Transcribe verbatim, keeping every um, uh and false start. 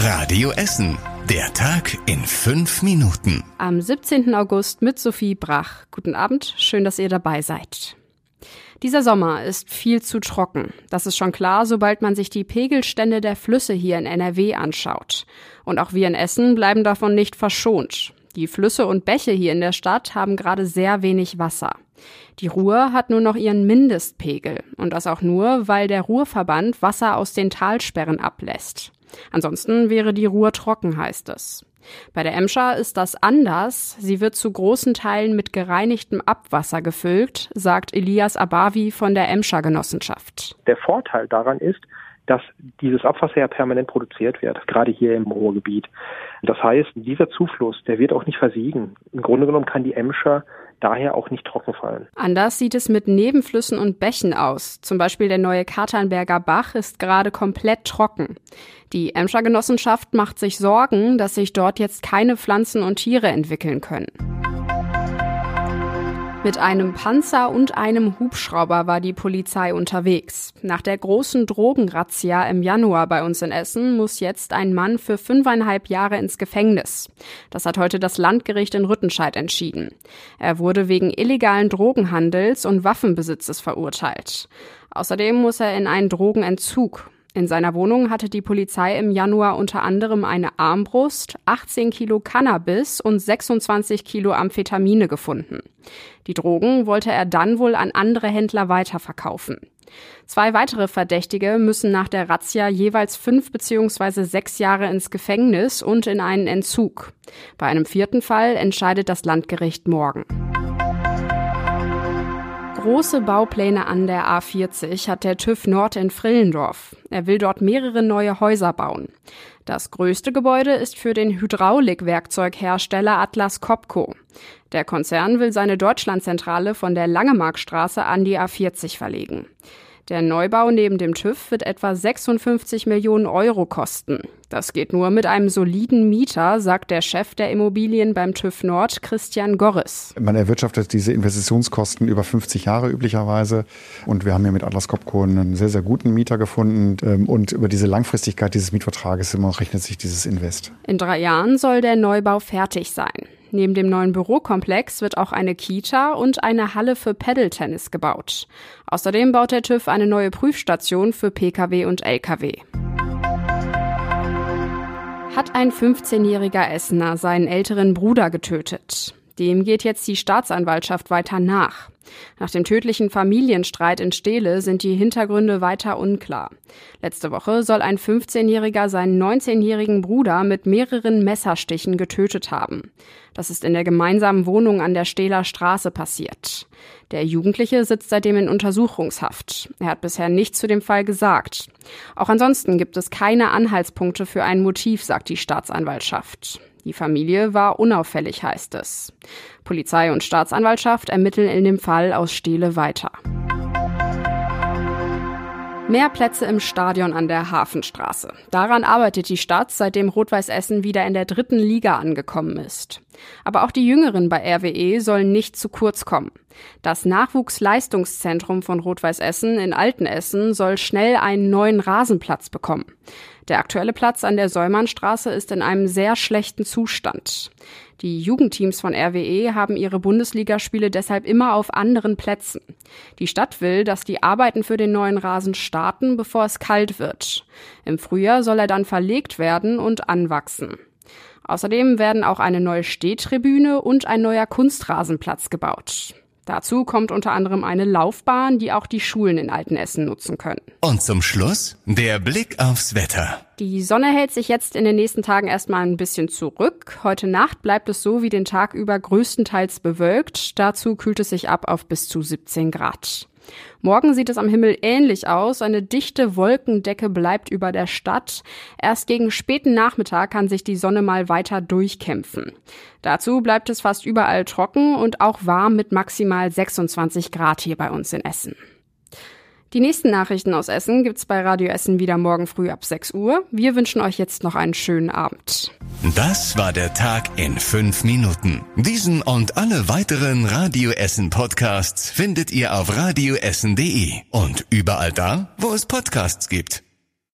Radio Essen. Der Tag in fünf Minuten. Am siebzehnten August mit Sophie Brach. Guten Abend, schön, dass ihr dabei seid. Dieser Sommer ist viel zu trocken. Das ist schon klar, sobald man sich die Pegelstände der Flüsse hier in N R W anschaut. Und auch wir in Essen bleiben davon nicht verschont. Die Flüsse und Bäche hier in der Stadt haben gerade sehr wenig Wasser. Die Ruhr hat nur noch ihren Mindestpegel. Und das auch nur, weil der Ruhrverband Wasser aus den Talsperren ablässt. Ansonsten wäre die Ruhr trocken, heißt es. Bei der Emscher ist das anders. Sie wird zu großen Teilen mit gereinigtem Abwasser gefüllt, sagt Elias Abavi von der Emscher Genossenschaft. Der Vorteil daran ist, dass dieses Abwasser ja permanent produziert wird, gerade hier im Ruhrgebiet. Das heißt, dieser Zufluss, der wird auch nicht versiegen. Im Grunde genommen kann die Emscher daher auch nicht trocken fallen. Anders sieht es mit Nebenflüssen und Bächen aus. Zum Beispiel der neue Katernberger Bach ist gerade komplett trocken. Die Emscher Genossenschaft macht sich Sorgen, dass sich dort jetzt keine Pflanzen und Tiere entwickeln können. Mit einem Panzer und einem Hubschrauber war die Polizei unterwegs. Nach der großen Drogenrazzia im Januar bei uns in Essen muss jetzt ein Mann für fünfeinhalb Jahre ins Gefängnis. Das hat heute das Landgericht in Rüttenscheid entschieden. Er wurde wegen illegalen Drogenhandels und Waffenbesitzes verurteilt. Außerdem muss er in einen Drogenentzug. In seiner Wohnung hatte die Polizei im Januar unter anderem eine Armbrust, achtzehn Kilo Cannabis und sechsundzwanzig Kilo Amphetamine gefunden. Die Drogen wollte er dann wohl an andere Händler weiterverkaufen. Zwei weitere Verdächtige müssen nach der Razzia jeweils fünf bzw. sechs Jahre ins Gefängnis und in einen Entzug. Bei einem vierten Fall entscheidet das Landgericht morgen. Große Baupläne an der A vierzig hat der TÜV Nord in Vrillendorf. Er will dort mehrere neue Häuser bauen. Das größte Gebäude ist für den Hydraulikwerkzeughersteller Atlas Copco. Der Konzern will seine Deutschlandzentrale von der Langemarkstraße an die A vierzig verlegen. Der Neubau neben dem TÜV wird etwa sechsundfünfzig Millionen Euro kosten. Das geht nur mit einem soliden Mieter, sagt der Chef der Immobilien beim TÜV Nord, Christian Gorres. Man erwirtschaftet diese Investitionskosten über fünfzig Jahre üblicherweise. Und wir haben hier mit Atlas Copco einen sehr, sehr guten Mieter gefunden. Und über diese Langfristigkeit dieses Mietvertrages immer rechnet sich dieses Invest. In drei Jahren soll der Neubau fertig sein. Neben dem neuen Bürokomplex wird auch eine Kita und eine Halle für Paddle-Tennis gebaut. Außerdem baut der TÜV eine neue Prüfstation für P K W und L K W. Hat ein fünfzehnjähriger Essener seinen älteren Bruder getötet? Dem geht jetzt die Staatsanwaltschaft weiter nach. Nach dem tödlichen Familienstreit in Stehle sind die Hintergründe weiter unklar. Letzte Woche soll ein fünfzehnjähriger seinen neunzehnjährigen Bruder mit mehreren Messerstichen getötet haben. Das ist in der gemeinsamen Wohnung an der Stehler Straße passiert. Der Jugendliche sitzt seitdem in Untersuchungshaft. Er hat bisher nichts zu dem Fall gesagt. Auch ansonsten gibt es keine Anhaltspunkte für ein Motiv, sagt die Staatsanwaltschaft. Die Familie war unauffällig, heißt es. Polizei und Staatsanwaltschaft ermitteln in dem Fall aus Stehle weiter. Mehr Plätze im Stadion an der Hafenstraße. Daran arbeitet die Stadt, seitdem Rot-Weiß Essen wieder in der dritten Liga angekommen ist. Aber auch die Jüngeren bei R W E sollen nicht zu kurz kommen. Das Nachwuchsleistungszentrum von Rot-Weiß Essen in Altenessen soll schnell einen neuen Rasenplatz bekommen. Der aktuelle Platz an der Säumannstraße ist in einem sehr schlechten Zustand. Die Jugendteams von R W E haben ihre Bundesligaspiele deshalb immer auf anderen Plätzen. Die Stadt will, dass die Arbeiten für den neuen Rasen starten, bevor es kalt wird. Im Frühjahr soll er dann verlegt werden und anwachsen. Außerdem werden auch eine neue Stehtribüne und ein neuer Kunstrasenplatz gebaut. Dazu kommt unter anderem eine Laufbahn, die auch die Schulen in Altenessen nutzen können. Und zum Schluss der Blick aufs Wetter. Die Sonne hält sich jetzt in den nächsten Tagen erstmal ein bisschen zurück. Heute Nacht bleibt es so wie den Tag über größtenteils bewölkt. Dazu kühlt es sich ab auf bis zu siebzehn Grad. Morgen sieht es am Himmel ähnlich aus. Eine dichte Wolkendecke bleibt über der Stadt. Erst gegen späten Nachmittag kann sich die Sonne mal weiter durchkämpfen. Dazu bleibt es fast überall trocken und auch warm mit maximal sechsundzwanzig Grad hier bei uns in Essen. Die nächsten Nachrichten aus Essen gibt's bei Radio Essen wieder morgen früh ab sechs Uhr. Wir wünschen euch jetzt noch einen schönen Abend. Das war der Tag in fünf Minuten. Diesen und alle weiteren Radio Essen Podcasts findet ihr auf radioessen punkt de und überall da, wo es Podcasts gibt.